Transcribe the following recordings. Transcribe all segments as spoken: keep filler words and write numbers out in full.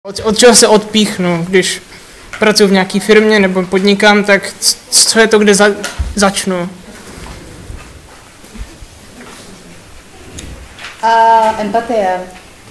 Od, od čeho se odpíchnu, když pracuji v nějaké firmě nebo podnikám, tak co je to, kde za, začnu? A empatie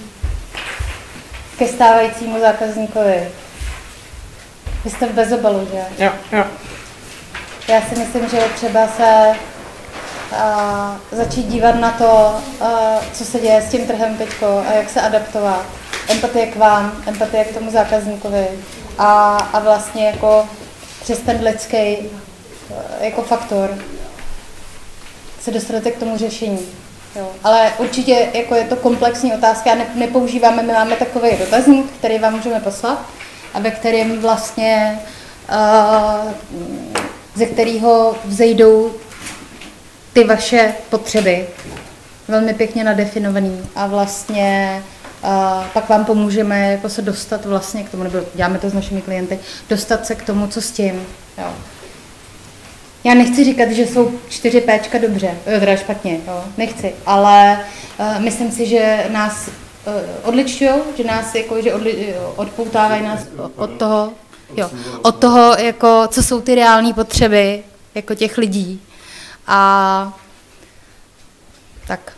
ke stávajícímu zákazníkovi. Vy jste v bezobalu, že? Jo, jo. Já si myslím, že je třeba se a, začít dívat na to, a, co se děje s tím trhem teďko a jak se adaptovat. Empatie k vám, empatie k tomu zákazníkovi a, a vlastně jako přes ten lidský jako faktor se dostanete k tomu řešení. Jo. Ale určitě jako je to komplexní otázka, ne, nepoužíváme, my máme takový dotazník, který vám můžeme poslat a ve kterém vlastně uh, ze kterého vzejdou ty vaše potřeby, velmi pěkně nadefinovaný a vlastně uh, pak vám pomůžeme jako se dostat vlastně k tomu, nebo děláme to s našimi klienty, dostat se k tomu, co s tím. Jo. Já nechci říkat, že jsou čtyři péčka dobře, teda špatně, jo, nechci, ale uh, myslím si, že nás uh, odličují, že nás jako, že odli, odpoutávají nás od toho, jo, od toho, jako, co jsou ty reální potřeby jako těch lidí. A tak.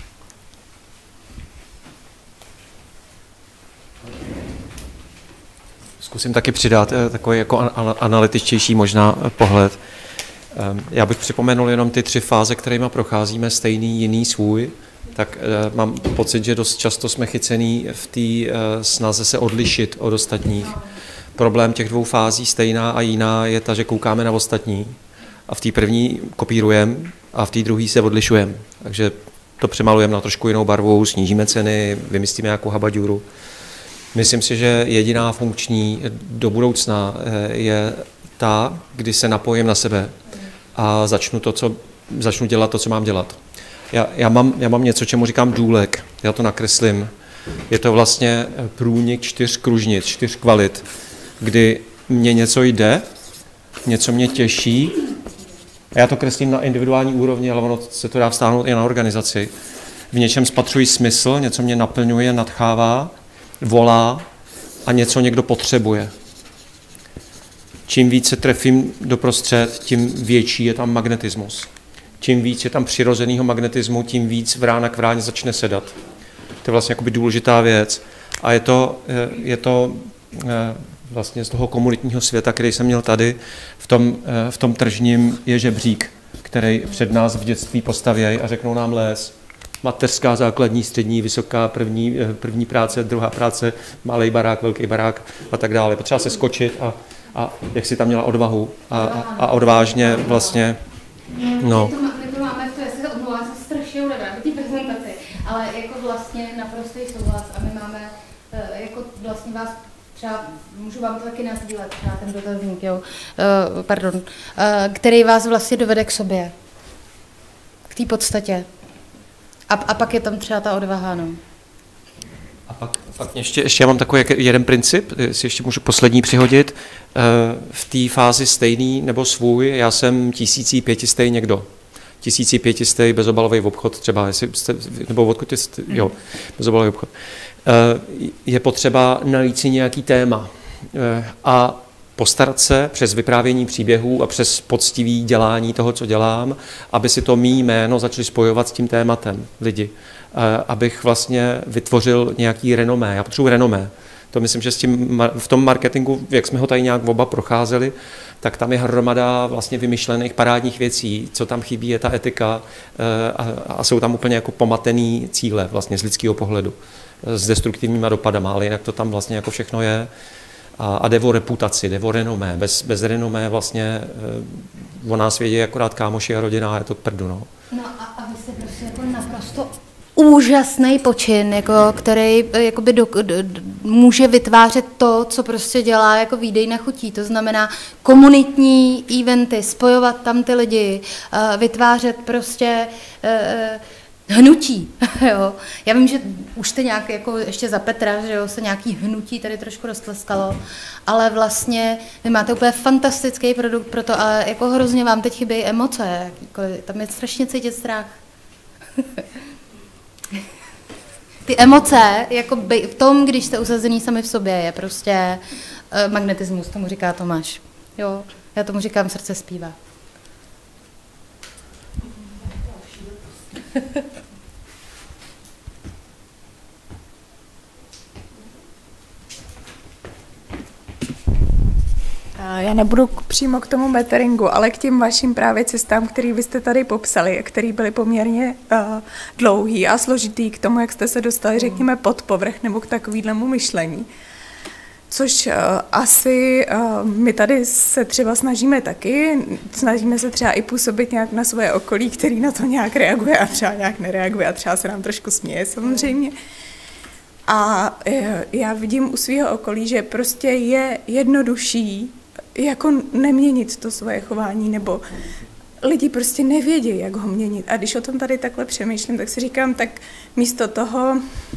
Zkusím taky přidat takový jako analytičtější možná pohled. Já bych připomenul jenom ty tři fáze, kterými procházíme, stejný, jiný, svůj. Tak mám pocit, že dost často jsme chycený v té snaze se odlišit od ostatních. Problém těch dvou fází, stejná a jiná, je ta, že koukáme na ostatní a v té první kopírujeme a v té druhé se odlišujeme. Takže to přemalujeme na trošku jinou barvu, snížíme ceny, vymyslíme nějakou habaďuru. Myslím si, že jediná funkční do budoucna je ta, kdy se napojím na sebe a začnu, to, co, začnu dělat to, co mám dělat. Já, já, mám, já mám něco, čemu říkám důlek, já to nakreslím. Je to vlastně průnik čtyř kružnic, čtyř kvalit, kdy mně něco jde, něco mě těší, a já to kreslím na individuální úrovni, ale ono se to dá vztáhnout i na organizaci. V něčem spatřuji smysl, něco mě naplňuje, nadchává, volá a něco někdo potřebuje. Čím víc se trefím doprostřed, tím větší je tam magnetismus. Čím víc je tam přirozeného magnetismu, tím víc vrána k vráně začne sedat. To je vlastně jakoby důležitá věc. A je to, je to vlastně z toho komunitního světa, který jsem měl tady, v tom, v tom tržním je žebřík, který před nás v dětství postavějí a řeknou nám les. Mateřská, základní, střední, vysoká, první, první práce, druhá práce, malý barák, velký barák a tak dále. Potřeba se skočit a, a jak si tam měla odvahu a, a, a odvážně vlastně, no. My to máme v to, jestli se odmluvám, se strašně udevá v té prezentaci, ale jako vlastně naprostý souhlas a my máme jako vlastně vás třeba, můžu vám to taky nasdílet, třeba ten dotazník, jo, uh, pardon, uh, který vás vlastně dovede k sobě, k té podstatě. A, a pak je tam třeba ta odvaha, no. A pak, pak ještě, ještě já mám takový jeden princip, si ještě můžu poslední přihodit. V té fázi stejný nebo svůj, já jsem tisící pětistej někdo. Tisící pětistej bezobalový obchod třeba, jestli jste, nebo odkud jste, jo, bezobalový obchod. Je potřeba najít si nějaký téma a postarat se přes vyprávění příběhů a přes poctivý dělání toho, co dělám, aby si to mý jméno začali spojovat s tím tématem lidi. Abych vlastně vytvořil nějaký renomé. Já potřebuji renomé. To myslím, že s tím, v tom marketingu, jak jsme ho tady nějak oba procházeli, tak tam je hromada vlastně vymyšlených parádních věcí. Co tam chybí, je ta etika a, a jsou tam úplně jako pomatený cíle vlastně z lidského pohledu. S destruktivníma dopadama, ale jinak to tam vlastně jako všechno je. A, a jde o reputaci, jde o renomé. Bez, bez renomé vlastně o nás vědí akorát kámoši a rodina a je to prdu. No, no a, a vy jste prostě jako naprosto úžasný počin, jako, který jakoby do, do, může vytvářet to, co prostě dělá jako výdej na chutí. To znamená komunitní eventy, spojovat tam ty lidi, vytvářet prostě hnutí. Jo. Já vím, že už jste nějak, jako ještě za Petra, že jo, se nějaký hnutí tady trošku roztleskalo, ale vlastně vy máte úplně fantastický produkt pro to, ale jako hrozně vám teď chybějí emoce, jako, tam je strašně cítit strach. ty emoce, jako by, v tom, když jste usazený sami v sobě, je prostě uh, magnetismus, tomu říká Tomáš. Jo, já tomu říkám srdce zpívá. Já nebudu přímo k tomu meteringu, ale k těm vašim právě cestám, který vy jste tady popsali, který byly poměrně uh, dlouhý a složitý k tomu, jak jste se dostali, řekněme, pod povrch nebo k takovýhlemu myšlení. Což uh, asi uh, my tady se třeba snažíme taky, snažíme se třeba i působit nějak na svoje okolí, který na to nějak reaguje a třeba nějak nereaguje a třeba se nám trošku směje samozřejmě. A já vidím u svého okolí, že prostě je jednodušší jako neměnit to svoje chování, nebo lidi prostě nevědí, jak ho měnit. A když o tom tady takhle přemýšlím, tak si říkám, tak místo toho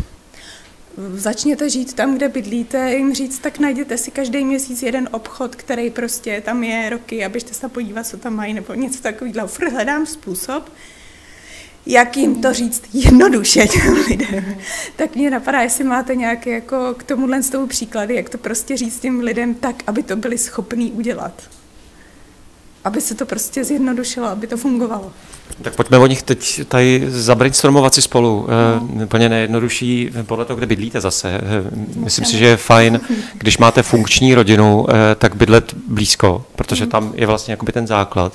začněte žít tam, kde bydlíte, jim říct, tak najděte si každý měsíc jeden obchod, který prostě tam je roky a běžte se tam podívat, co tam mají, nebo něco takového. Furt hledám způsob, jak jim to říct jednoduše těm lidem. Tak mě napadá, jestli máte nějaké jako k tomuhle z toho příklady, jak to prostě říct těm lidem tak, aby to byli schopní udělat. Aby se to prostě zjednodušilo, aby to fungovalo. Tak pojďme o nich teď tady zabrainstormovat si spolu. No. Úplně nejjednodušší podle toho, kde bydlíte zase. Myslím si, že je fajn, když máte funkční rodinu, tak bydlet blízko, protože tam je vlastně jakoby ten základ.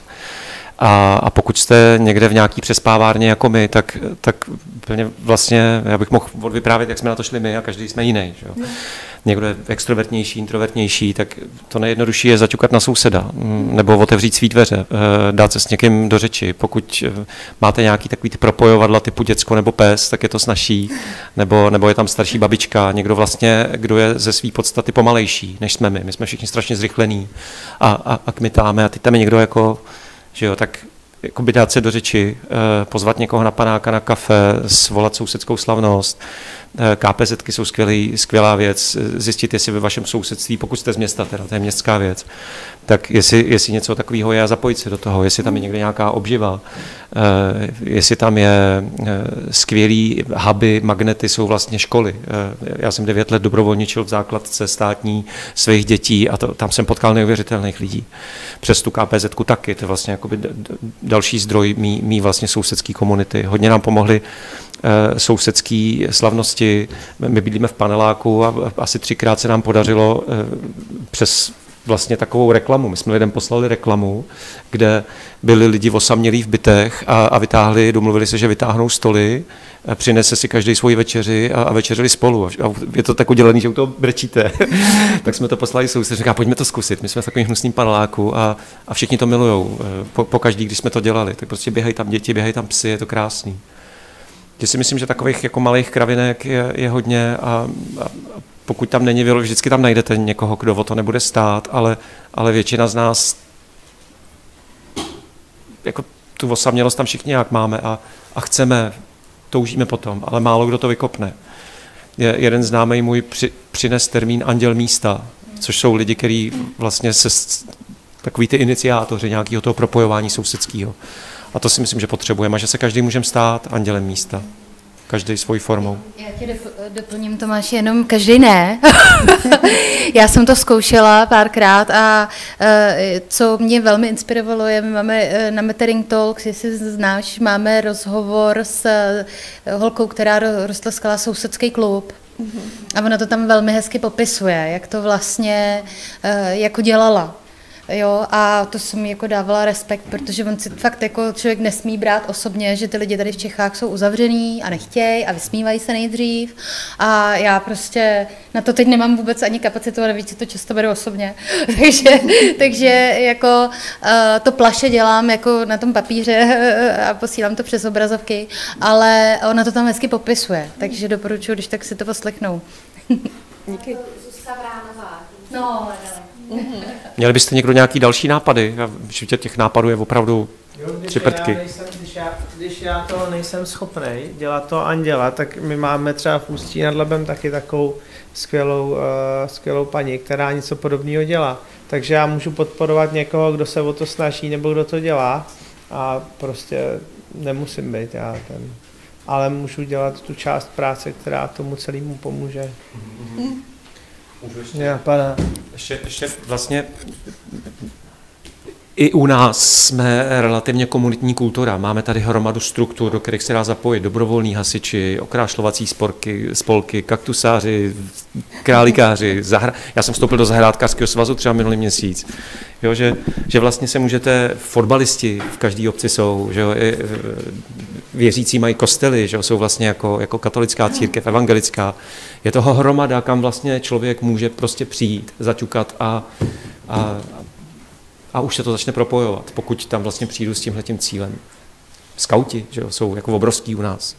A, a pokud jste někde v nějaký přespávárně jako my, tak, tak úplně vlastně, já bych mohl odvyprávět, jak jsme na to šli my a každý jsme jiný. Že jo? No. Někdo je extrovertnější, introvertnější, tak to nejjednodušší je zaťukat na souseda nebo otevřít svý dveře, dát se s někým do řeči. Pokud máte nějaký takový ty propojovadla typu děcko nebo pes, tak je to snazší, nebo, nebo je tam starší babička, někdo vlastně, kdo je ze své podstaty pomalejší, než jsme my. My jsme všichni strašně zrychlení a, a, a kmitáme a teď tam je někdo jako že jo, tak jakoby dát se do řeči, pozvat někoho na panáka, na kafe, svolat sousedskou slavnost. Ká Pé zetky jsou skvělý, skvělá věc, zjistit, jestli ve vašem sousedství, pokud jste z města, teda, to je městská věc, tak jestli, jestli něco takového je a zapojit se do toho, jestli tam je někde nějaká obživa, jestli tam je skvělý huby, magnety, jsou vlastně školy. Já jsem devět let dobrovolničil v základce státní svých dětí a to, tam jsem potkal neuvěřitelných lidí. Přes tu Ká Pé zetku taky, to je vlastně jakoby další zdroj mý, mý vlastně sousedský komunity. Hodně nám pomohly sousedský slavnosti. My bydlíme v paneláku a asi třikrát se nám podařilo přes vlastně takovou reklamu. My jsme lidem poslali reklamu, kde byli lidi osamělí v bytech a, a vytáhli, domluvili se, že vytáhnou stoly, přinese si každý svoji večeři a, a večeřili spolu. A je to tak udělaný, že u toho brečíte. Tak jsme to poslali soused, říká, pojďme to zkusit. My jsme v takovým hnusným paneláku a, a všichni to milujou. Po, po každý, když jsme to dělali, tak prostě běhají tam děti, běhají tam psy, je to krásný. Já si myslím, že takových jako malých kravinek je, je hodně a, a pokud tam není vělo, vždycky tam najdete někoho, kdo o to nebude stát, ale, ale většina z nás jako tu osamělost tam všichni nějak máme a, a chceme, toužíme potom, ale málo kdo to vykopne. Je, jeden známý můj při, přines termín anděl místa, což jsou lidi, kteří vlastně se takový ty iniciátoři nějakého toho propojování sousedského. A to si myslím, že potřebujeme, a že se každý můžeme stát andělem místa. Každý svojí formou. Já tě doplním, Tomáš, jenom každý ne. Já jsem to zkoušela párkrát a co mě velmi inspirovalo je, my máme na Metering Talks, jestli znáš, máme rozhovor s holkou, která roztleskala sousedský klub. A ona to tam velmi hezky popisuje, jak to vlastně jako dělala. Jo, a to jsem jako dávala respekt, protože on si fakt jako člověk nesmí brát osobně, že ty lidi tady v Čechách jsou uzavřený a nechtějí a vysmívají se nejdřív a já prostě na to teď nemám vůbec ani kapacitu a navíc to často beru osobně, takže, takže jako uh, to plaše dělám jako na tom papíře a posílám to přes obrazovky, ale ona to tam hezky popisuje, takže doporučuji, když tak si to poslechnou. Díky. No, Mm-hmm. Měli byste někdo nějaký další nápady? V životě těch nápadů je opravdu jo, když tři prdky. Já nejsem, když, já, když já to nejsem schopnej dělat to anděla, tak my máme třeba v Ústí nad Labem taky takovou skvělou, uh, skvělou paní, která něco podobného dělá. Takže já můžu podporovat někoho, kdo se o to snaží nebo kdo to dělá a prostě nemusím být já ten. ale můžu dělat tu část práce, která tomu celému pomůže. Mm. Můžu ještě? Já, pana. Ještě, ještě vlastně i u nás jsme relativně komunitní kultura. Máme tady hromadu struktur, do kterých se dá zapojit dobrovolní hasiči, okrášlovací sporky, spolky, kaktusáři, králíkáři. Zahra... Já jsem vstoupil do zahrádkářského svazu třeba minulý měsíc. Jo, že, že vlastně se můžete, fotbalisti v každé obci jsou, že jo, věřící mají kostely, že jo, jsou vlastně jako, jako katolická církev, evangelická. Je toho hromada, kam vlastně člověk může prostě přijít, zaťukat a, a A už se to začne propojovat, pokud tam vlastně přijdu s tímhletím cílem. Skauti, že jo, jsou jako obrovský u nás.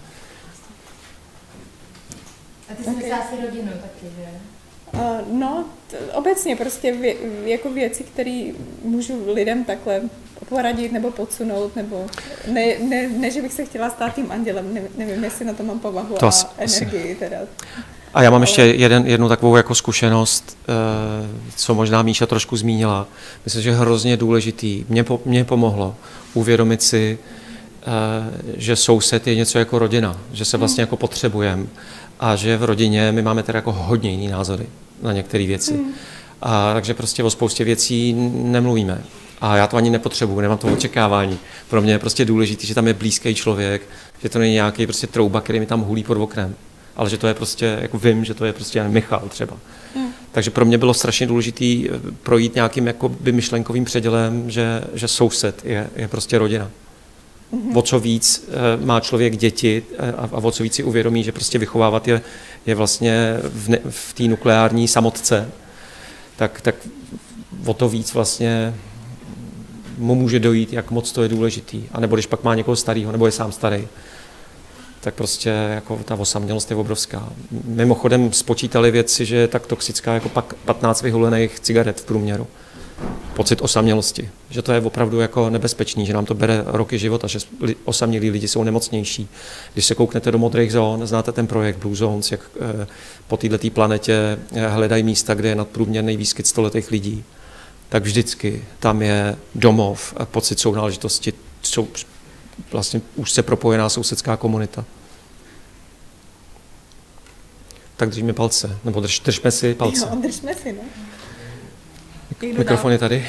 A ty jsi okay. asi rodinu taky, že? Uh, no, t- obecně prostě vě, jako věci, které můžu lidem takhle poradit nebo podsunout, nebo ne, ne, ne, že bych se chtěla stát tím andělem, ne, nevím, jestli na to mám povahu to a asi, energii teda. A já mám ještě jeden, jednu takovou jako zkušenost, co možná Míša trošku zmínila. Myslím, že je hrozně důležitý. Mně, po, mně pomohlo uvědomit si, že soused je něco jako rodina, že se vlastně jako potřebujeme a že v rodině my máme teda jako hodně jiný názory na některé věci. A takže prostě o spoustě věcí nemluvíme. A já to ani nepotřebuji, nemám to očekávání. Pro mě je prostě důležité, že tam je blízký člověk, že to není nějaký prostě trouba, který mi tam hulí pod oknem. Ale že to je prostě, jako vím, že to je prostě Michal třeba. Mm. Takže pro mě bylo strašně důležité projít nějakým jakoby myšlenkovým předělem, že, že soused je, je prostě rodina. Mm-hmm. O co víc e, má člověk děti a, a o co víc si uvědomí, že prostě vychovávat je, je vlastně v, ne, v té nukleární samotce, tak, tak o to víc vlastně mu může dojít, jak moc to je důležitý. A nebo když pak má někoho starého, nebo je sám starý, tak prostě jako ta osamělost je obrovská. Mimochodem spočítali vědci, že je tak toxická jako pak patnáct vyhulených cigaret v průměru. Pocit osamělosti. Že to je opravdu jako nebezpečný, že nám to bere roky života, že osamělí lidi jsou nemocnější. Když se kouknete do modrých zón, znáte ten projekt Blue Zones, jak po této planetě hledají místa, kde je nadprůměrný výskyt stoletých lidí, tak vždycky tam je domov, pocit sounáležitosti, jsou vlastně už se propojená sousedská komunita. Tak držíme palce, nebo drž, držme si palce. Jo, držme si, no. Mikrofon je tady.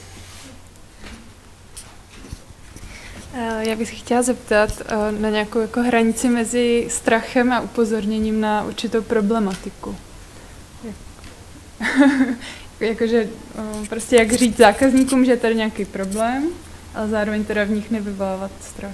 Já bych se chtěla zeptat na nějakou jako hranici mezi strachem a upozorněním na určitou problematiku. Jakože prostě jak říct zákazníkům, že je tady nějaký problém, ale zároveň teda v nich nevyvolávat strach.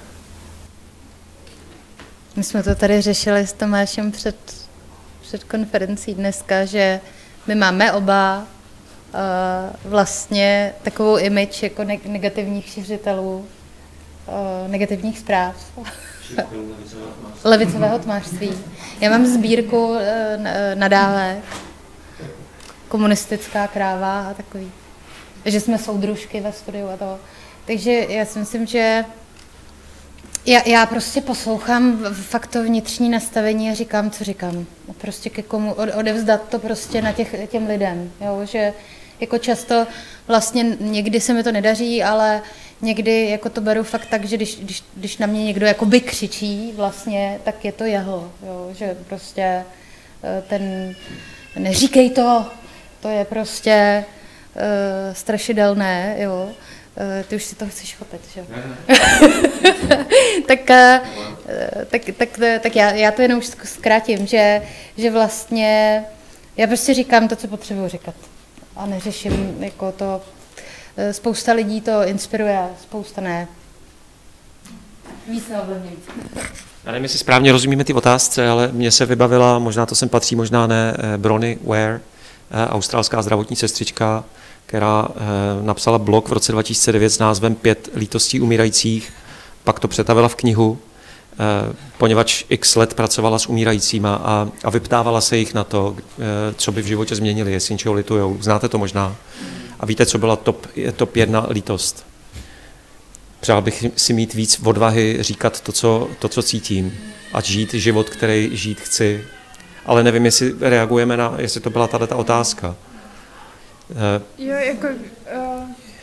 My jsme to tady řešili s Tomášem před, před konferencí dneska, že my máme oba uh, vlastně takovou image jako ne- negativních šiřitelů, uh, negativních zpráv. Levicového tmářství. Já mám sbírku uh, nadálek, komunistická kráva a takový. Že jsme soudružky ve studiu a to. Takže já si myslím, že já, já prostě poslouchám fakt to vnitřní nastavení a říkám, co říkám. A prostě ke komu odevzdat to prostě na těch, těm lidem. Jo? Že jako často vlastně někdy se mi to nedaří, ale někdy jako to beru fakt tak, že když, když, když na mě někdo jakoby křičí vlastně, tak je to jeho. Jo? Že prostě ten neříkej to, to je prostě uh, strašidelné, jo. Uh, ty už si to chceš chopit, že jo? tak, uh, tak, tak, tak já, já to jenom už zkrátím, že, že vlastně já prostě říkám to, co potřebuji říkat. A neřeším jako to. Spousta lidí to inspiruje, spousta ne. Víc neovlivňují. Já nevím, jestli správně rozumíme ty otázce, ale mně se vybavila, možná to sem patří, možná ne, Bronnie Ware, australská zdravotní sestřička, která napsala blog v roce dva tisíce devět s názvem Pět lítostí umírajících, pak to přetavila v knihu, poněvadž x let pracovala s umírajícíma a, a vyptávala se jich na to, co by v životě změnili, jestli něčeho litujou. Znáte to možná. A víte, co byla top, top jedna lítost? Přál bych si mít víc odvahy říkat to, co, to, co cítím a žít život, který žít chci. Ale nevím, jestli reagujeme na, jestli to byla tato otázka. Jo, jako... Uh,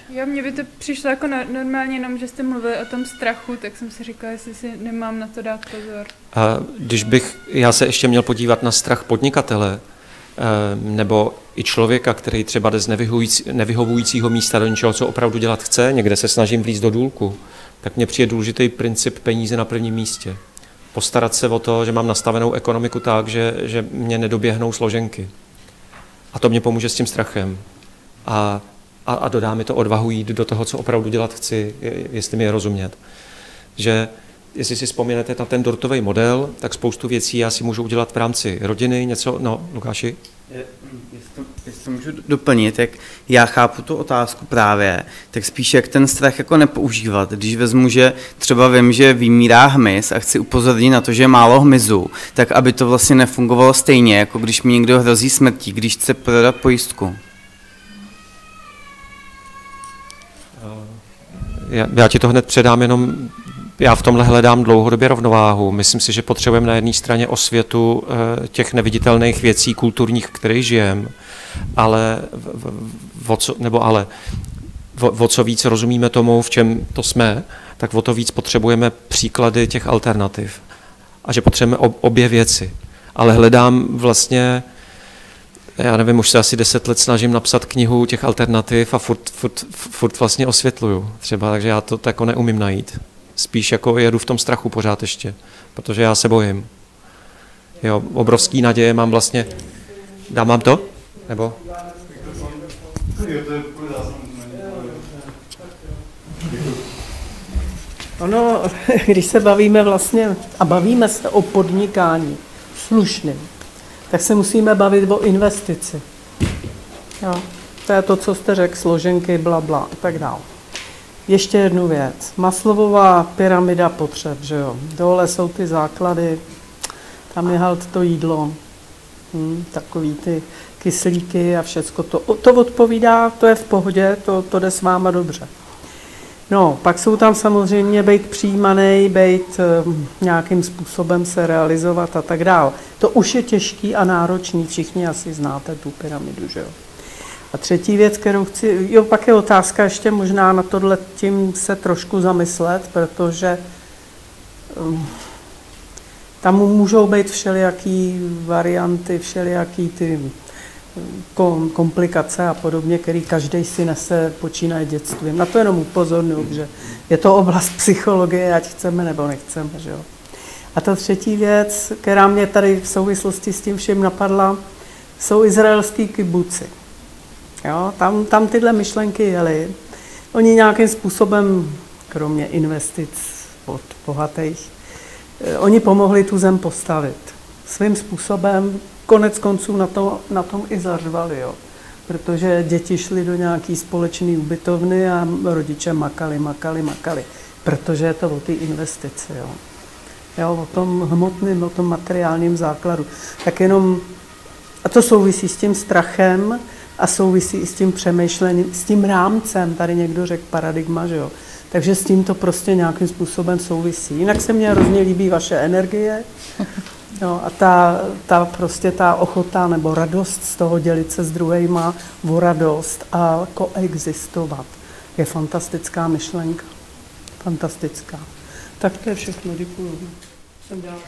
Jo, mně by to přišlo jako no, normálně jenom, že jste mluvili o tom strachu, tak jsem si říkala, jestli si nemám na to dát pozor. A když bych já se ještě měl podívat na strach podnikatele, nebo i člověka, který třeba jde z nevyhovujícího místa do něčeho, co opravdu dělat chce, někde se snažím vlízt do důlku, tak mně přijde důležitý princip peníze na prvním místě. Postarat se o to, že mám nastavenou ekonomiku tak, že, že mě nedoběhnou složenky. A to mě pomůže s tím strachem. A, a, a dodá mi to odvahu jít do toho, co opravdu dělat chci, jestli mi je rozumět. Že jestli si vzpomínáte na ten dortový model, tak spoustu věcí já si můžu udělat v rámci rodiny, něco, no, Lukáši? Jestli to, jestli to můžu doplnit, tak já chápu tu otázku právě, tak spíš jak ten strach jako nepoužívat. Když vezmu, že třeba vím, že vymírá hmyz a chci upozornit na to, že je málo hmyzu, tak aby to vlastně nefungovalo stejně, jako když mi někdo hrozí smrtí, když chce prodat pojistku. Já, já ti to hned předám, jenom já v tomhle hledám dlouhodobě rovnováhu. Myslím si, že potřebujeme na jedné straně osvětu těch neviditelných věcí kulturních, v kterých žijeme, ale o co, nebo ale o, o co víc rozumíme tomu, v čem to jsme, tak o to víc potřebujeme příklady těch alternativ. A že potřebujeme obě věci. Ale hledám vlastně, já nevím, už se asi deset let snažím napsat knihu těch alternativ a furt, furt, furt vlastně osvětluju třeba, takže já to tak jako neumím najít. Spíš jako jedu v tom strachu pořád ještě, protože já se bojím. Jo, obrovský naděje mám vlastně. Dám vám to? Nebo? Ono, když se bavíme vlastně a bavíme se o podnikání slušným, tak se musíme bavit o investici. Jo, to je to, co jste řekl, složenky, bla, bla a tak dále. Ještě jednu věc. Maslowová pyramida potřeb, že jo. Dole jsou ty základy, tam je halt to jídlo, hm, takový ty kyslíky a všecko. To, to odpovídá, to je v pohodě, to, to jde s váma dobře. No, pak jsou tam samozřejmě být přijímaný, být um, nějakým způsobem se realizovat a tak dále. To už je těžký a náročný, všichni asi znáte tu pyramidu, že jo. A třetí věc, kterou chci, jo, pak je otázka ještě možná na tohle tím se trošku zamyslet, protože um, tam můžou být všelijaký varianty, všelijaký ty kom, komplikace a podobně, který každý si nese, počínaje dětstvím. Na to jenom upozorňuji, že je to oblast psychologie, ať chceme nebo nechceme, že jo. A ta třetí věc, která mě tady v souvislosti s tím všem napadla, jsou izraelský kibuci. Jo, tam, tam tyhle myšlenky jeli. Oni nějakým způsobem, kromě investic od bohatých, oni pomohli tu zem postavit. Svým způsobem, konec konců na, to, na tom i zařvali, jo. Protože děti šly do nějaký společné ubytovny a rodiče makali, makali, makali. Protože je to o té investici, jo. Jo, o tom hmotném, o tom materiálním základu. Tak jenom, a to souvisí s tím strachem, a souvisí i s tím přemýšlením, s tím rámcem, tady někdo řekl paradigma, že jo. Takže s tím to prostě nějakým způsobem souvisí. Jinak se mně hrozně líbí vaše energie, jo, a ta, ta prostě ta ochota nebo radost z toho dělit se s druhejma o radost a koexistovat je fantastická myšlenka. Fantastická. Tak to je všechno, děkuju. Jsem dělala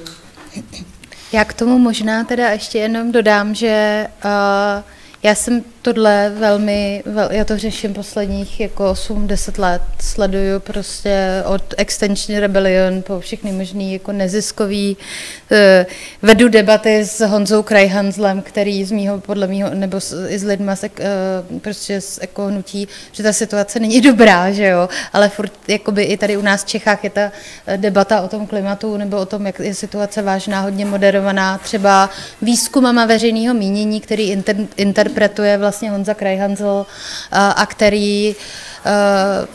Já k tomu možná teda ještě jenom dodám, že uh, já jsem tohle velmi, vel, já to řeším posledních jako osm deset let, sleduju prostě od Extinction Rebellion po všechny možný jako neziskový, uh, vedu debaty s Honzou Krajhanzlem, který z mýho, podle mýho, nebo s, i s lidma z, uh, prostě z ekohnutí, že ta situace není dobrá, že jo, ale furt jakoby i tady u nás v Čechách je ta debata o tom klimatu nebo o tom, jak je situace vážná, hodně moderovaná, třeba výzkumama veřejného mínění, který inter, interpretuje vlastně Honza Krajhanzl a který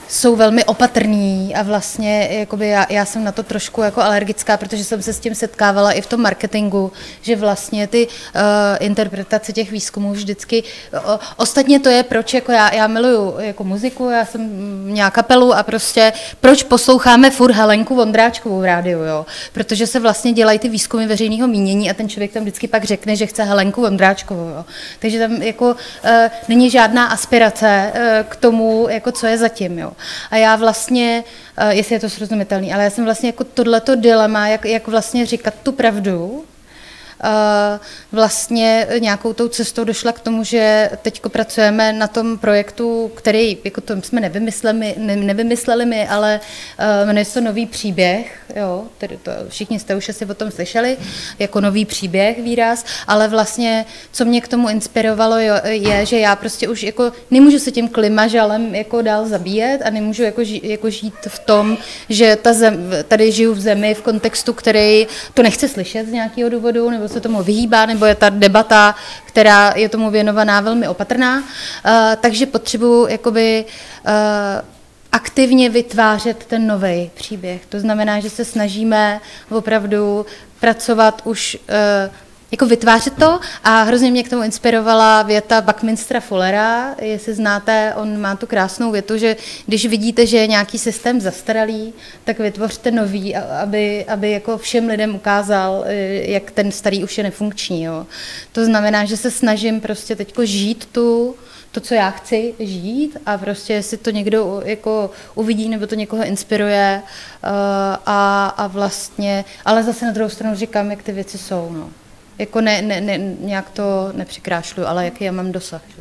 jsou velmi opatrní a vlastně jakoby já, já jsem na to trošku jako alergická, protože jsem se s tím setkávala i v tom marketingu, že vlastně ty uh, interpretace těch výzkumů vždycky, uh, ostatně to je proč, jako já, já miluju jako muziku, já jsem měla kapelu a prostě proč posloucháme furt Helenku Vondráčkovou v rádiu, jo, protože se vlastně dělají ty výzkumy veřejného mínění a ten člověk tam vždycky pak řekne, že chce Helenku Vondráčkovou, jo, takže tam jako uh, není žádná aspirace uh, k tomu, jako co je zatím, jo. A já vlastně, uh, jestli je to srozumitelný, ale já jsem vlastně jako tohleto dilema, jak, jak vlastně říkat tu pravdu, Uh, vlastně nějakou tou cestou došla k tomu, že teď pracujeme na tom projektu, který jako to jsme nevymysleli, ne, nevymysleli my, ale uh, jmenuje se to Nový příběh, jo, tedy to, všichni jste už asi o tom slyšeli, jako nový příběh výraz, ale vlastně, co mě k tomu inspirovalo, jo, je, že já prostě už jako nemůžu se tím klimažalem jako dál zabíjet a nemůžu jako, ži, jako žít v tom, že ta zem, tady žiju v zemi v kontextu, který to nechce slyšet z nějakého důvodu, nebo se tomu vyhýbá, nebo je ta debata, která je tomu věnovaná, velmi opatrná. Uh, takže potřebuji jakoby uh, aktivně vytvářet ten nový příběh. To znamená, že se snažíme opravdu pracovat už uh, jako vytvářet to a hrozně mě k tomu inspirovala věta Buckminstera Fullera, jestli znáte, on má tu krásnou větu, že když vidíte, že je nějaký systém zastaralý, tak vytvořte nový, aby, aby jako všem lidem ukázal, jak ten starý už je nefunkční. Jo. To znamená, že se snažím prostě teďko žít tu, to, co já chci žít a prostě jestli to někdo jako uvidí nebo to někoho inspiruje uh, a, a vlastně, ale zase na druhou stranu říkám, jak ty věci jsou. No. Jako ne, ne, ne, nějak to nepřikrášluju, ale jaký já mám dosah. Že?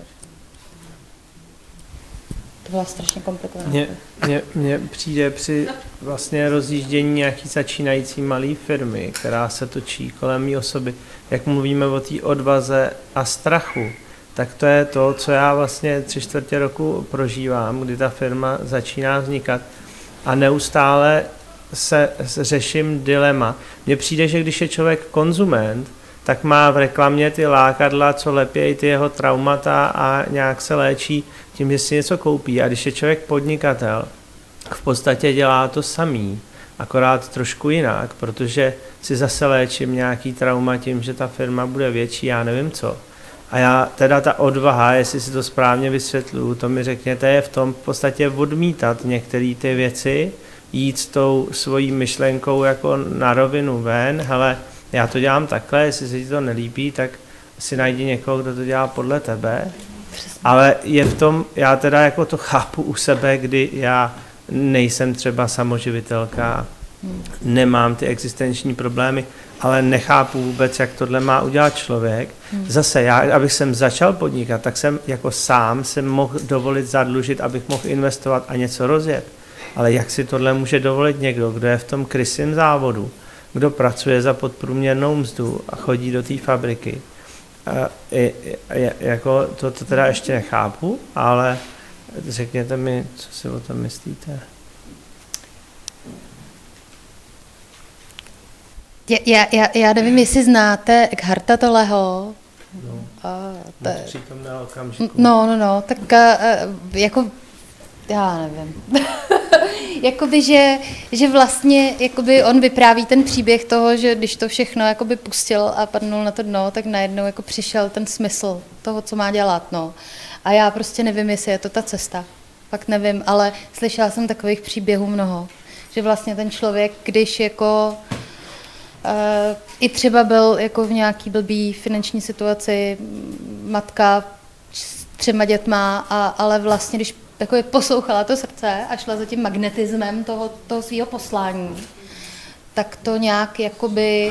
To bylo strašně komplikované. Mně, mně, mně přijde při vlastně rozjíždění nějaký začínající malé firmy, která se točí kolem mý osoby, jak mluvíme o té odvaze a strachu, tak to je to, co já vlastně tři čtvrtě roku prožívám, kdy ta firma začíná vznikat a neustále se, se řeším dilema. Mně přijde, že když je člověk konzument, tak má v reklamě ty lákadla, co lepějí ty jeho traumata a nějak se léčí tím, že si něco koupí. A když je člověk podnikatel, v podstatě dělá to samý, akorát trošku jinak, protože si zase léčím nějaký trauma tím, že ta firma bude větší, já nevím co. A já teda ta odvaha, jestli si to správně vysvětluju, to mi řekněte, je v tom v podstatě odmítat některé ty věci, jít s tou svojí myšlenkou jako na rovinu ven, hele, já to dělám takhle, jestli se ti to nelíbí, tak si najdi někoho, kdo to dělá podle tebe. Přesně. Ale je v tom, já teda jako to chápu u sebe, kdy já nejsem třeba samoživitelka, hmm. nemám ty existenční problémy, ale nechápu vůbec, jak tohle má udělat člověk. Hmm. Zase já, abych jsem začal podnikat, tak jsem jako sám se mohl dovolit zadlužit, abych mohl investovat a něco rozjet. Ale jak si tohle může dovolit někdo, kdo je v tom krysím závodu, kdo pracuje za podprůměrnou mzdu a chodí do té fabriky. Je, je, jako to, to teda ještě nechápu, ale řekněte mi, co si o tom myslíte. Já, já, já, já nevím, jestli znáte Eckharta Tolleho. No, a to, přítomného okamžiku. No, no, no, tak jako, já nevím. Jakoby, že, že vlastně jakoby on vypráví ten příběh toho, že když to všechno jakoby pustil a padnul na to dno, tak najednou jako přišel ten smysl toho, co má dělat. No. A já prostě nevím, jestli je to ta cesta. Fakt nevím, ale slyšela jsem takových příběhů mnoho. Že vlastně ten člověk, když jako uh, i třeba byl jako v nějaký blbý finanční situaci, matka s třema dětma, a, ale vlastně když takový poslouchala to srdce a šla za tím magnetismem toho, toho svého poslání, tak to nějak jakoby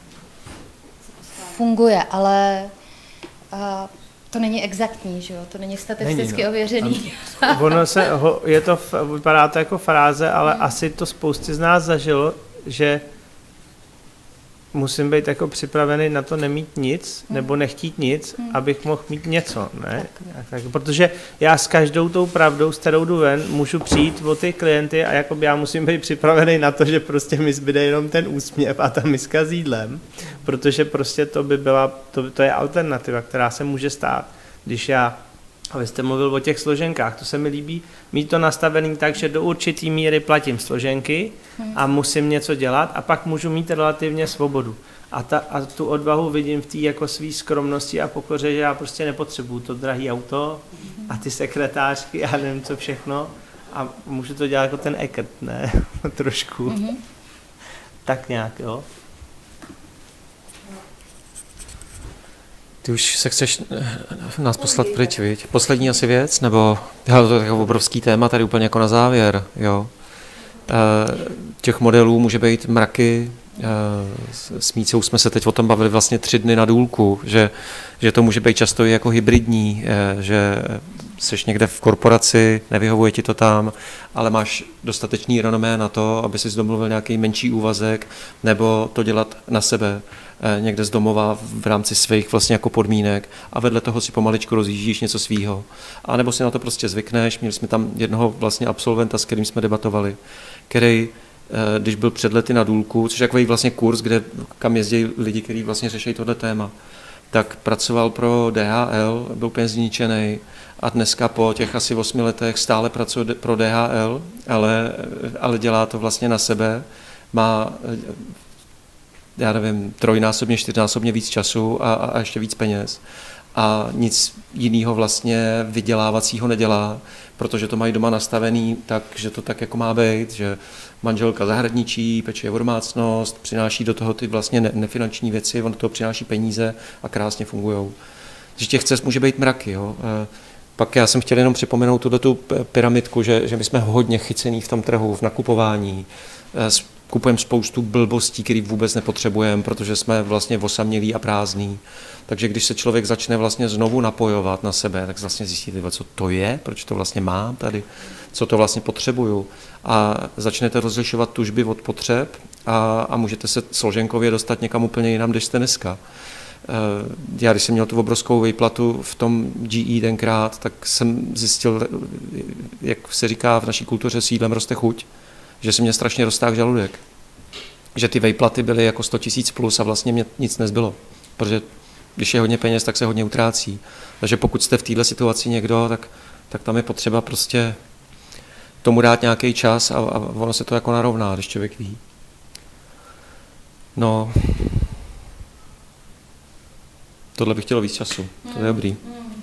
funguje, ale a, to není exaktní, že jo? To není statisticky není, no. ověřený. Ono se, ho, je to, vypadá to jako fráze, ale hmm. asi to spousty z nás zažilo, že musím být jako připravený na to nemít nic, hmm. nebo nechtít nic, hmm. abych mohl mít něco, ne? Tak. Tak, protože já s každou tou pravdou, s kterou jdu ven, můžu přijít o ty klienty a jakoby já musím být připravený na to, že prostě mi zbyde jenom ten úsměv a ta miska s jídlem, protože prostě to by byla, to, to je alternativa, která se může stát, když já A vy jste mluvil o těch složenkách, to se mi líbí, mít to nastavený tak, že do určitý míry platím složenky a musím něco dělat a pak můžu mít relativně svobodu. A, ta, a tu odvahu vidím v té jako svý skromnosti a pokoře, že já prostě nepotřebuju to drahý auto a ty sekretářky a nevím co všechno a můžu to dělat jako ten Eckert, ne? Trošku. Mm-hmm. Tak nějak, jo. Ty už se chceš nás poslat pryč, viď? Poslední asi věc, nebo hele, to je takový obrovský téma tady úplně jako na závěr, jo. E, těch modelů může být mraky, e, s Mícou jsme se teď o tom bavili vlastně tři dny na důlku, že, že to může být často i jako hybridní, e, že seš někde v korporaci, nevyhovuje ti to tam, ale máš dostatečný renomé na to, aby si domluvil nějaký menší úvazek, nebo to dělat na sebe někde z domova v rámci svých vlastně jako podmínek a vedle toho si pomaličku rozjíždíš něco svýho. A nebo si na to prostě zvykneš. Měli jsme tam jednoho vlastně absolventa, s kterým jsme debatovali, který, když byl před lety na důlku, což je takový vlastně kurz, kde, kam jezdí lidi, kteří vlastně řeší tohle téma, tak pracoval pro D H L, byl úplně zničený a dneska po těch asi osmi letech stále pracuje pro D H L, ale, ale dělá to vlastně na sebe, má já nevím, trojnásobně, čtyřnásobně víc času a, a ještě víc peněz. A nic jiného vlastně vydělávacího nedělá, protože to mají doma nastavený tak, že to tak jako má být, že manželka zahradničí, peče o domácnost, přináší do toho ty vlastně ne, nefinanční věci, on do toho přináší peníze a krásně fungujou. Že těch cest může být mraky. Jo. Pak já jsem chtěl jenom připomenout tuto pyramidku, že, že my jsme hodně chycení v tom trhu, v nakupování, kupujeme spoustu blbostí, které vůbec nepotřebujeme, protože jsme vlastně osamělí a prázdní. Takže když se člověk začne vlastně znovu napojovat na sebe, tak vlastně zjistí, co to je, proč to vlastně mám tady, co to vlastně potřebuju. A začnete rozlišovat tužby od potřeb a, a můžete se složenkově dostat někam úplně jinam, než jste dneska. Já, když jsem měl tu obrovskou výplatu v tom G E tenkrát, tak jsem zjistil, jak se říká v naší kultuře, s jídlem roste chuť, že se mě strašně roztáhl žaludek. Že ty vejplaty byly jako sto tisíc plus a vlastně mě nic nezbylo. Protože když je hodně peněz, tak se hodně utrácí. Takže pokud jste v této situaci někdo, tak, tak tam je potřeba prostě tomu dát nějaký čas a, a ono se to jako narovná, když člověk ví. No, tohle bych chtělo víc času, to je dobrý.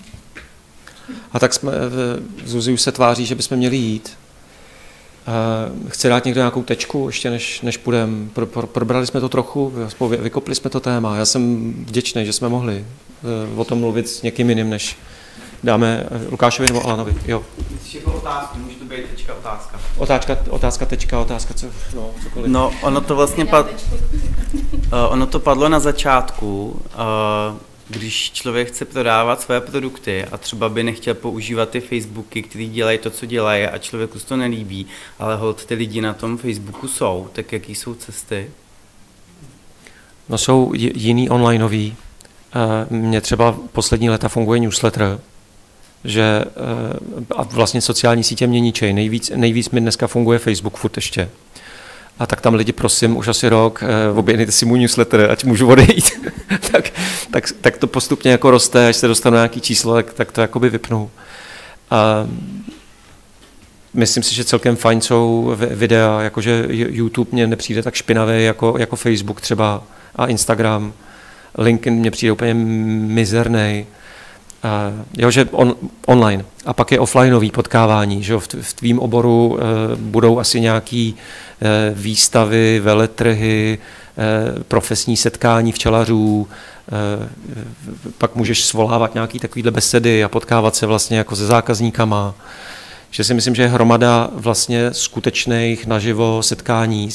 A tak jsme, Zuzi už se tváří, že bychom měli jít. Chce dát někdo nějakou tečku, ještě než, než půjdeme. Pro, pro, probrali jsme to trochu, vykopli jsme to téma. Já jsem vděčný, že jsme mohli o tom mluvit s někým jiným, než dáme Lukášovi nebo Alanovi. Jo. Ještě jako otázku, může to být tečka, otázka. Otázka, otázka, tečka, otázka, co, no, cokoliv. No, ono to vlastně pad, ono to padlo na začátku, když člověk chce prodávat své produkty a třeba by nechtěl používat ty Facebooky, který dělají to, co dělají a člověku to nelíbí, ale holt ty lidi na tom Facebooku jsou, tak jaký jsou cesty? No jsou jiný onlineový. Mně třeba poslední léta funguje newsletter, že a vlastně sociální sítě mě ničej. Nejvíc, nejvíc mi dneska funguje Facebook furt ještě. A tak tam lidi prosím, už asi rok, objednejte si můj newsletter, ať můžu odejít. tak, tak, tak to postupně jako roste, až se dostanu nějaký číslo, tak, tak to jakoby vypnu. A myslím si, že celkem fajn jsou videa, jakože YouTube mě nepřijde tak špinavý jako, jako Facebook třeba a Instagram. LinkedIn mě přijde úplně mizernej. Uh, jo, že on, online. A pak je offlineový potkávání, že jo, v, v tvým oboru uh, budou asi nějaký uh, výstavy, veletrhy, uh, profesní setkání včelařů, uh, pak můžeš svolávat nějaký takovýhle besedy a potkávat se vlastně jako se zákazníkama. Že si myslím, že je hromada vlastně skutečných naživo setkání,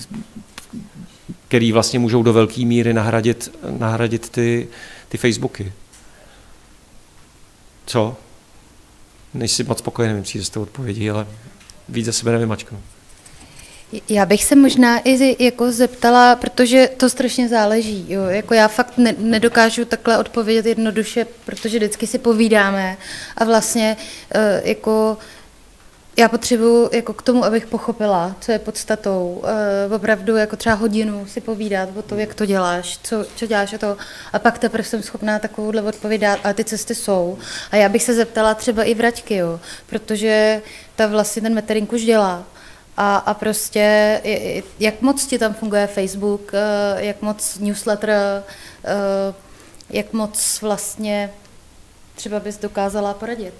který vlastně můžou do velké míry nahradit, nahradit ty, ty Facebooky. Co? Nejsi moc spokojený, mi přijde z toho odpovědí, ale víc za sebe nevymačknu. Já bych se možná i jako zeptala, protože to strašně záleží. Jo? Jako já fakt ne, nedokážu takhle odpovědět jednoduše, protože vždycky si povídáme a vlastně uh, jako já potřebuji jako k tomu, abych pochopila, co je podstatou, uh, opravdu jako třeba hodinu si povídat o tom, jak to děláš, co, co děláš a to. A pak teprve jsem schopná takovouhle odpovědět, ale ty cesty jsou. A já bych se zeptala třeba i Vraťky, jo, protože ta vlastně ten metering už dělá. A, a prostě, jak moc ti tam funguje Facebook, uh, jak moc newsletter, uh, jak moc vlastně třeba bys dokázala poradit.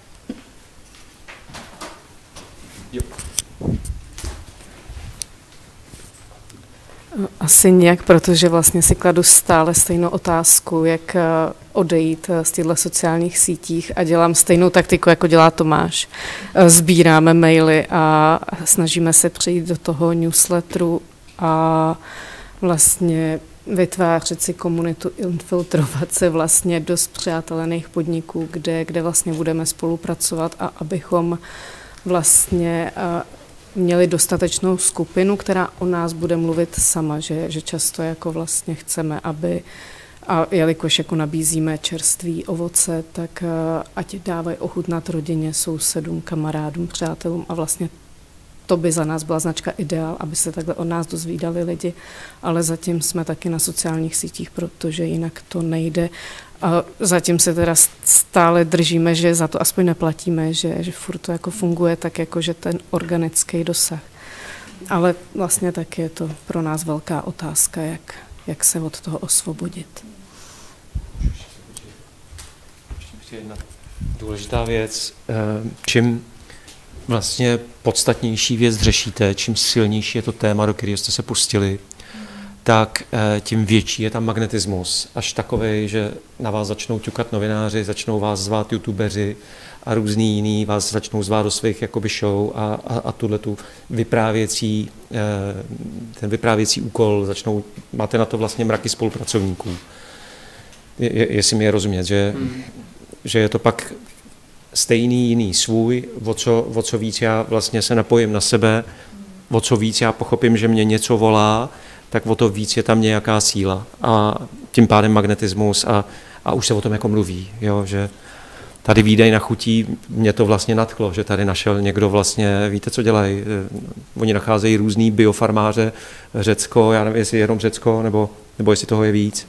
Asi nějak, protože vlastně si kladu stále stejnou otázku, jak odejít z těchto sociálních sítích a dělám stejnou taktiku, jako dělá Tomáš. Sbíráme maily a snažíme se přijít do toho newsletteru a vlastně vytvářet si komunitu, infiltrovat se vlastně do spřátelených podniků, kde, kde vlastně budeme spolupracovat a abychom vlastně měli dostatečnou skupinu, která o nás bude mluvit sama, že, že často jako vlastně chceme, aby, a jelikož jako nabízíme čerství ovoce, tak ať dávají ochutnat rodině, sousedům, kamarádům, přátelům a vlastně to by za nás byla značka ideál, aby se takhle od nás dozvídali lidi, ale zatím jsme taky na sociálních sítích, protože jinak to nejde. A zatím se teda stále držíme, že za to aspoň neplatíme, že, že furt to jako funguje tak, jako že ten organický dosah. Ale vlastně tak je to pro nás velká otázka, jak, jak se od toho osvobodit. Ještě jedna důležitá věc. Čím vlastně podstatnější věc řešíte, čím silnější je to téma, do kterého jste se pustili, tak tím větší je tam magnetismus. Až takovej, že na vás začnou ťukat novináři, začnou vás zvát youtubeři a různý jiný vás začnou zvát do svých jakoby show a, a, a tuhletu vyprávěcí, ten vyprávěcí úkol začnou, máte na to vlastně mraky spolupracovníků. Je, jestli mi je rozumět, že, hmm. že je to pak stejný, jiný svůj, o co, o co víc já vlastně se napojím na sebe, o co víc já pochopím, že mě něco volá, tak o to víc je tam nějaká síla a tím pádem magnetismus a, a už se o tom jako mluví, jo, že tady výdej na chutí, mě to vlastně nadchlo, že tady našel někdo vlastně, víte, co dělají, oni nacházejí různý biofarmáře, Řecko, já nevím, jestli jenom Řecko, nebo, nebo jestli toho je víc.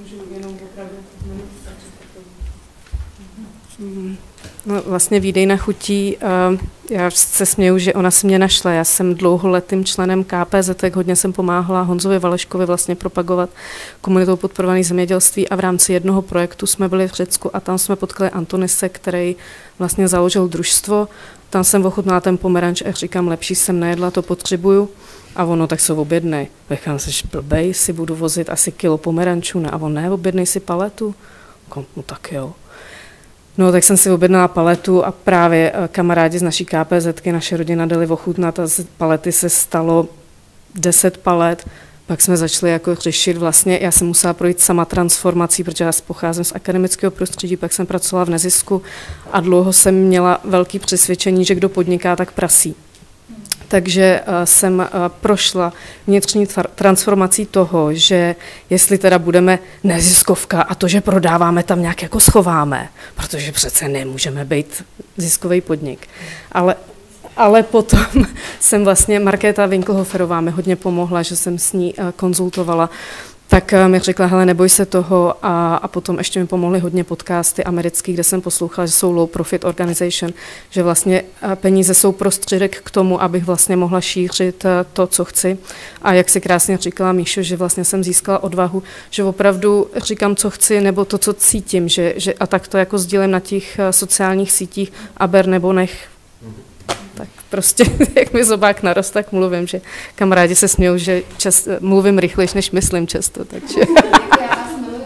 No, vlastně výdej na chutí, uh, já se směju, že ona se mě našla. Já jsem dlouholetým členem K P Z, tak hodně jsem pomáhala Honzovi Valeškovi vlastně propagovat komunitou podporované zemědělství a v rámci jednoho projektu jsme byli v Řecku a tam jsme potkali Antonise, který vlastně založil družstvo. Tam jsem ochutnala ten pomeranč a říkám, lepší jsem nejedla, to potřebuju. A ono, tak se objednej. Říkám, jsi blbej, si budu vozit asi kilo pomerančů, ne? A on, ne, objednej si paletu. No tak jo. No, tak jsem si objednala paletu a právě kamarádi z naší K P Zetky, naše rodina dali ochutnat a z palety se stalo deset palet. Pak jsme začali jako řešit vlastně, já jsem musela projít sama transformací, protože já pocházím z akademického prostředí, pak jsem pracovala v nezisku a dlouho jsem měla velké přesvědčení, že kdo podniká, tak prasí. Takže uh, jsem uh, prošla vnitřní transformací toho, že jestli teda budeme neziskovka a to, že prodáváme, tam nějak jako schováme, protože přece nemůžeme být ziskový podnik. Ale, ale potom jsem vlastně, Markéta Winkelhoferová mi hodně pomohla, že jsem s ní uh, konzultovala, tak mi řekla, hele, neboj se toho a, a potom ještě mi pomohly hodně podcasty americký, kde jsem poslouchala, že jsou low profit organization, že vlastně peníze jsou prostředek k tomu, abych vlastně mohla šířit to, co chci. A jak si krásně říkala Míšo, že vlastně jsem získala odvahu, že opravdu říkám, co chci, nebo to, co cítím, že, že a tak to jako sdílím na těch sociálních sítích a ber nebo nech. Tak prostě, jak mi zobák narost, tak mluvím, že kamarádi se smějou, že čas, mluvím rychlejš, než myslím často, takže... Já vás miluju.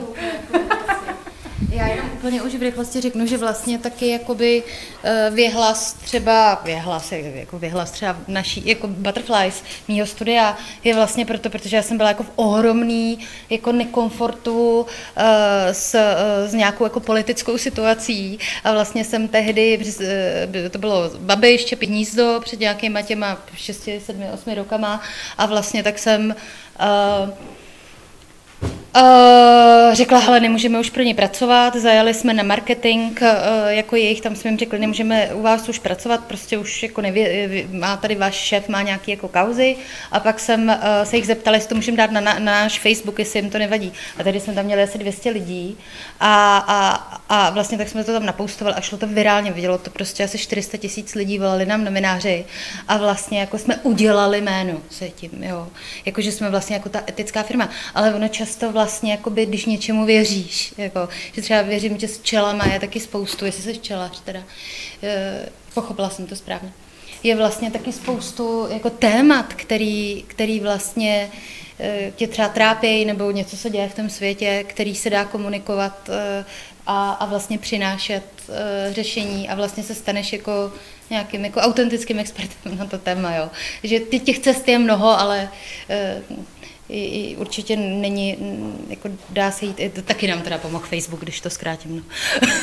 Já jenom úplně už v rychlosti řeknu, že vlastně taky jakoby věhlas třeba, věhlas, jako věhlas třeba naší, jako Butterflies, mýho studia, je vlastně proto, protože já jsem byla jako v ohromný jako nekomfortu uh, s, uh, s nějakou jako politickou situací a vlastně jsem tehdy, uh, to bylo Babiš, Čapí hnízdo před nějakýma těma šesti, sedmi, osmi rokama a vlastně tak jsem uh, Uh, řekla, hele, nemůžeme už pro ně pracovat, zajali jsme na marketing, uh, jako jejich, tam jsme jim řekli, nemůžeme u vás už pracovat, prostě už jako nevě, má tady váš šéf, má nějaký jako kauzy, a pak jsem uh, se jich zeptala, jestli to můžeme dát na, na, na náš Facebook, jestli jim to nevadí. A tady jsme tam měli asi dvě stě lidí a, a, a vlastně tak jsme to tam napoustovali a šlo to virálně, vidělo to prostě asi čtyři sta tisíc lidí, volali nám novináři a vlastně jako jsme udělali jméno se tím, jo, jakože jsme vlastně jako ta etická firma, ale ono často vlastně, jakoby, když něčemu věříš, jako, že třeba věřím, že s včelama je taky spoustu, jestli jsi včelař teda, e, pochopila jsem to správně, je vlastně taky spoustu jako témat, který, který vlastně e, tě třeba trápí, nebo něco se děje v tom světě, který se dá komunikovat e, a, a vlastně přinášet e, řešení a vlastně se staneš jako nějakým jako autentickým expertem na to téma, jo. Že těch cest je mnoho, ale e, I, i určitě není, jako dá se jít, to taky nám teda pomohl Facebook, když to zkrátím. No.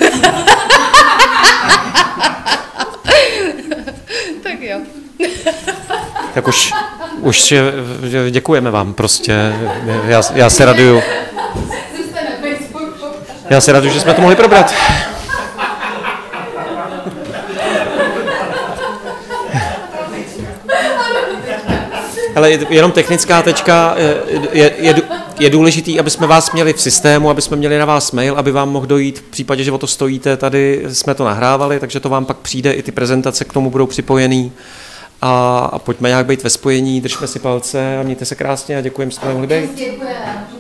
Tak jo. Tak už, už děkujeme vám prostě, já, já se raduju. Já se raduju, že jsme to mohli probrat. Ale jenom technická tečka, je, je, je důležitý, aby jsme vás měli v systému, aby jsme měli na vás mail, aby vám mohl dojít v případě, že o to stojíte, tady jsme to nahrávali, takže to vám pak přijde, i ty prezentace k tomu budou připojený a, a pojďme nějak být ve spojení, držme si palce a mějte se krásně a děkujeme, že jste mohli být.